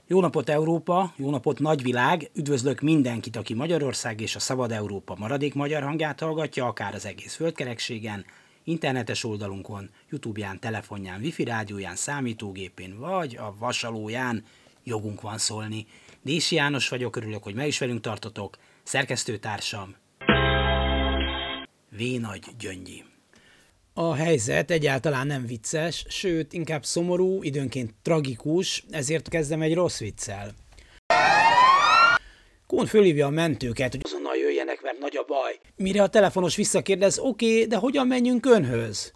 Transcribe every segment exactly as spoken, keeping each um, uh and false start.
Jó napot Európa, jó napot nagyvilág, üdvözlök mindenkit, aki Magyarország és a Szabad Európa maradék magyar hangját hallgatja, akár az egész földkerekségen, internetes oldalunkon, YouTube-ján, telefonján, wifi rádióján, számítógépén vagy a vasalóján. Jogunk van szólni. Dési János vagyok, örülök, hogy meg is velünk tartotok, szerkesztőtársam V. Nagy Gyöngyi. A helyzet egyáltalán nem vicces, sőt, inkább szomorú, időnként tragikus, ezért kezdem egy rossz viccel. Kón fölhívja a mentőket, hogy azonnal jöjjenek, mert nagy a baj. Mire a telefonos visszakérdez, oké, okay, de hogyan menjünk önhöz?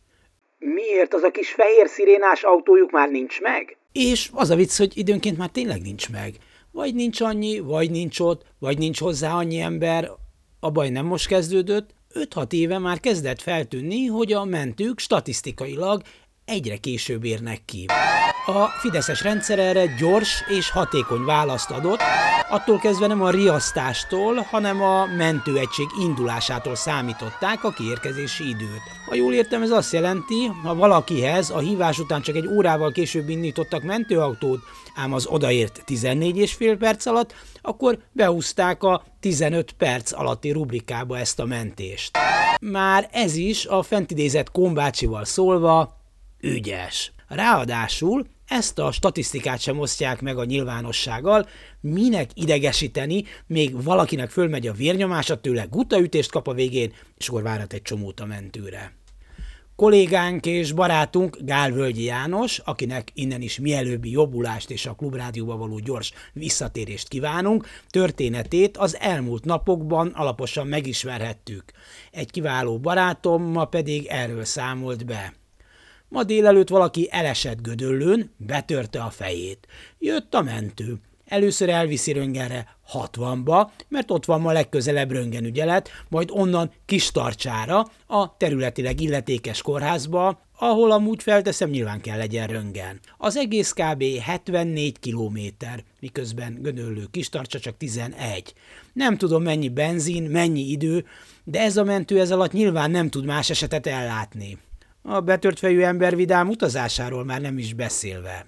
Miért az a kis fehér szirénás autójuk már nincs meg? És az a vicc, hogy időnként már tényleg nincs meg. Vagy nincs annyi, vagy nincs ott, vagy nincs hozzá annyi ember. A baj nem most kezdődött, öt-hat éve már kezdett feltűnni, hogy a mentők statisztikailag egyre később érnek ki. A fideszes rendszer erre gyors és hatékony választ adott, attól kezdve nem a riasztástól, hanem a mentőegység indulásától számították a kiérkezési időt. Ha jól értem, ez azt jelenti, ha valakihez a hívás után csak egy órával később indítottak mentőautót, ám az odaért tizennégy és fél perc alatt, akkor behúzták a tizenöt perc alatti rubrikába ezt a mentést. Már ez is a fent idézett Kohn-bácsival szólva ügyes. Ráadásul ezt a statisztikát sem osztják meg a nyilvánossággal, minek idegesíteni, még valakinek fölmegy a vérnyomása, tőle gutaütést kap a végén, és akkor várhat egy csomót a mentőre. Kollégánk és barátunk Gálvölgyi János, akinek innen is mielőbbi jobbulást és a Klubrádióba való gyors visszatérést kívánunk, történetét az elmúlt napokban alaposan megismerhettük. Egy kiváló barátom ma pedig erről számolt be. Ma délelőtt valaki elesett Gödöllőn, betörte a fejét. Jött a mentő. Először elviszi röntgenre hatvanba, mert ott van ma legközelebb röntgenügyelet, majd onnan Kistarcsára, a területileg illetékes kórházba, ahol amúgy felteszem, nyilván kell legyen röntgen. Az egész kb. hetvennégy kilométer, miközben Gödöllő Kistarcsa csak tizenegy. Nem tudom mennyi benzin, mennyi idő, de ez a mentő ez alatt nyilván nem tud más esetet ellátni. A betört fejű ember vidám utazásáról már nem is beszélve.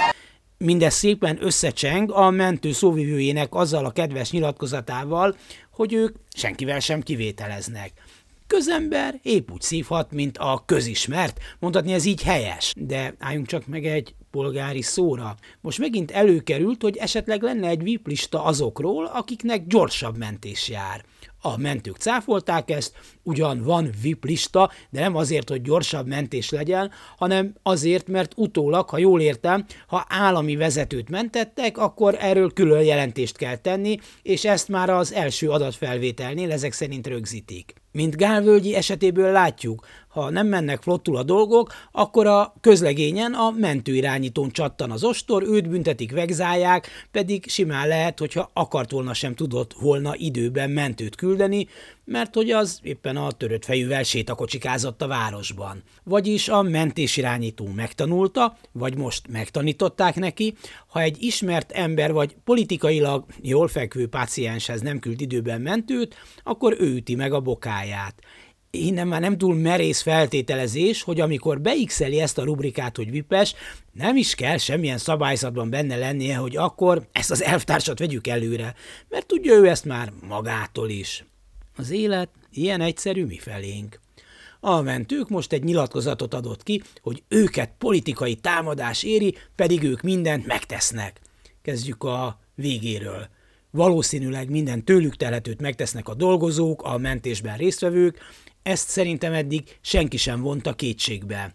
Mindez szépen összecseng a mentő szóvivőjének azzal a kedves nyilatkozatával, hogy ők senkivel sem kivételeznek. Közember épp úgy szívhat, mint a közismert, mondhatni ez így helyes. De álljunk csak meg egy polgári szóra. Most megint előkerült, hogy esetleg lenne egy vé i pé lista azokról, akiknek gyorsabb mentés jár. A mentők cáfolták ezt, ugyan van vé i pé lista, de nem azért, hogy gyorsabb mentés legyen, hanem azért, mert utólag, ha jól értem, ha állami vezetőt mentettek, akkor erről külön jelentést kell tenni, és ezt már az első adatfelvételnél ezek szerint rögzítik. Mint Gálvölgyi esetéből látjuk, ha nem mennek flottul a dolgok, akkor a közlegényen a mentőirányítón csattan az ostor, őt büntetik, vegzálják, pedig simán lehet, hogyha akart volna sem tudott volna időben mentőt küldeni, mert hogy az éppen a törött fejűvel sétakocsikázott a városban. Vagyis a mentésirányító megtanulta, vagy most megtanították neki, ha egy ismert ember vagy politikailag jól fekvő pácienshez nem küld időben mentőt, akkor ő üti meg a bokáját. Innen már nem túl merész feltételezés, hogy amikor beixeli ezt a rubrikát, hogy vipes, nem is kell semmilyen szabályzatban benne lennie, hogy akkor ezt az elvtársat vegyük előre, mert tudja ő ezt már magától is. Az élet ilyen egyszerű mifelénk. A mentők most egy nyilatkozatot adott ki, hogy őket politikai támadás éri, pedig ők mindent megtesznek. Kezdjük a végéről. Valószínűleg minden tőlük telhetőt megtesznek a dolgozók, a mentésben résztvevők, ezt szerintem eddig senki sem vonta kétségbe.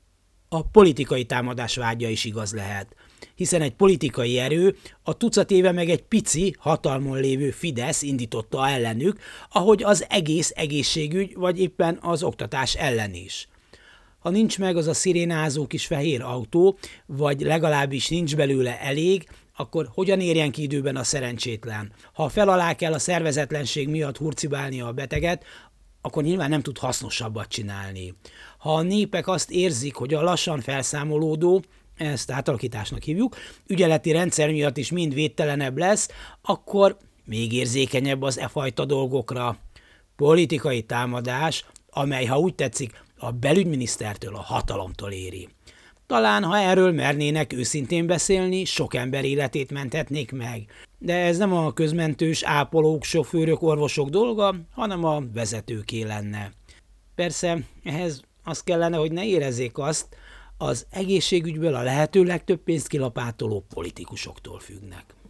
A politikai támadás vágya is igaz lehet, hiszen egy politikai erő, a tucat éve meg egy pici, hatalmon lévő Fidesz indította ellenük, ahogy az egész egészségügy, vagy éppen az oktatás ellen is. Ha nincs meg az a szirénázó kis fehér autó, vagy legalábbis nincs belőle elég, akkor hogyan érjen ki időben a szerencsétlen? Ha fel alá kell a szervezetlenség miatt hurcibálnia a beteget, akkor nyilván nem tud hasznosabbat csinálni. Ha a népek azt érzik, hogy a lassan felszámolódó, ezt átalakításnak hívjuk, ügyeleti rendszer miatt is mind védtelenebb lesz, akkor még érzékenyebb az e fajta dolgokra. Politikai támadás, amely, ha úgy tetszik, a belügyminisztertől, a hatalomtól éri. Talán, ha erről mernének őszintén beszélni, sok ember életét menthetnék meg. De ez nem a közmentős ápolók, sofőrök, orvosok dolga, hanem a vezetőké lenne. Persze, ehhez az kellene, hogy ne érezzék azt, az egészségügyből a lehető legtöbb pénzt kilapátoló politikusoktól függnek.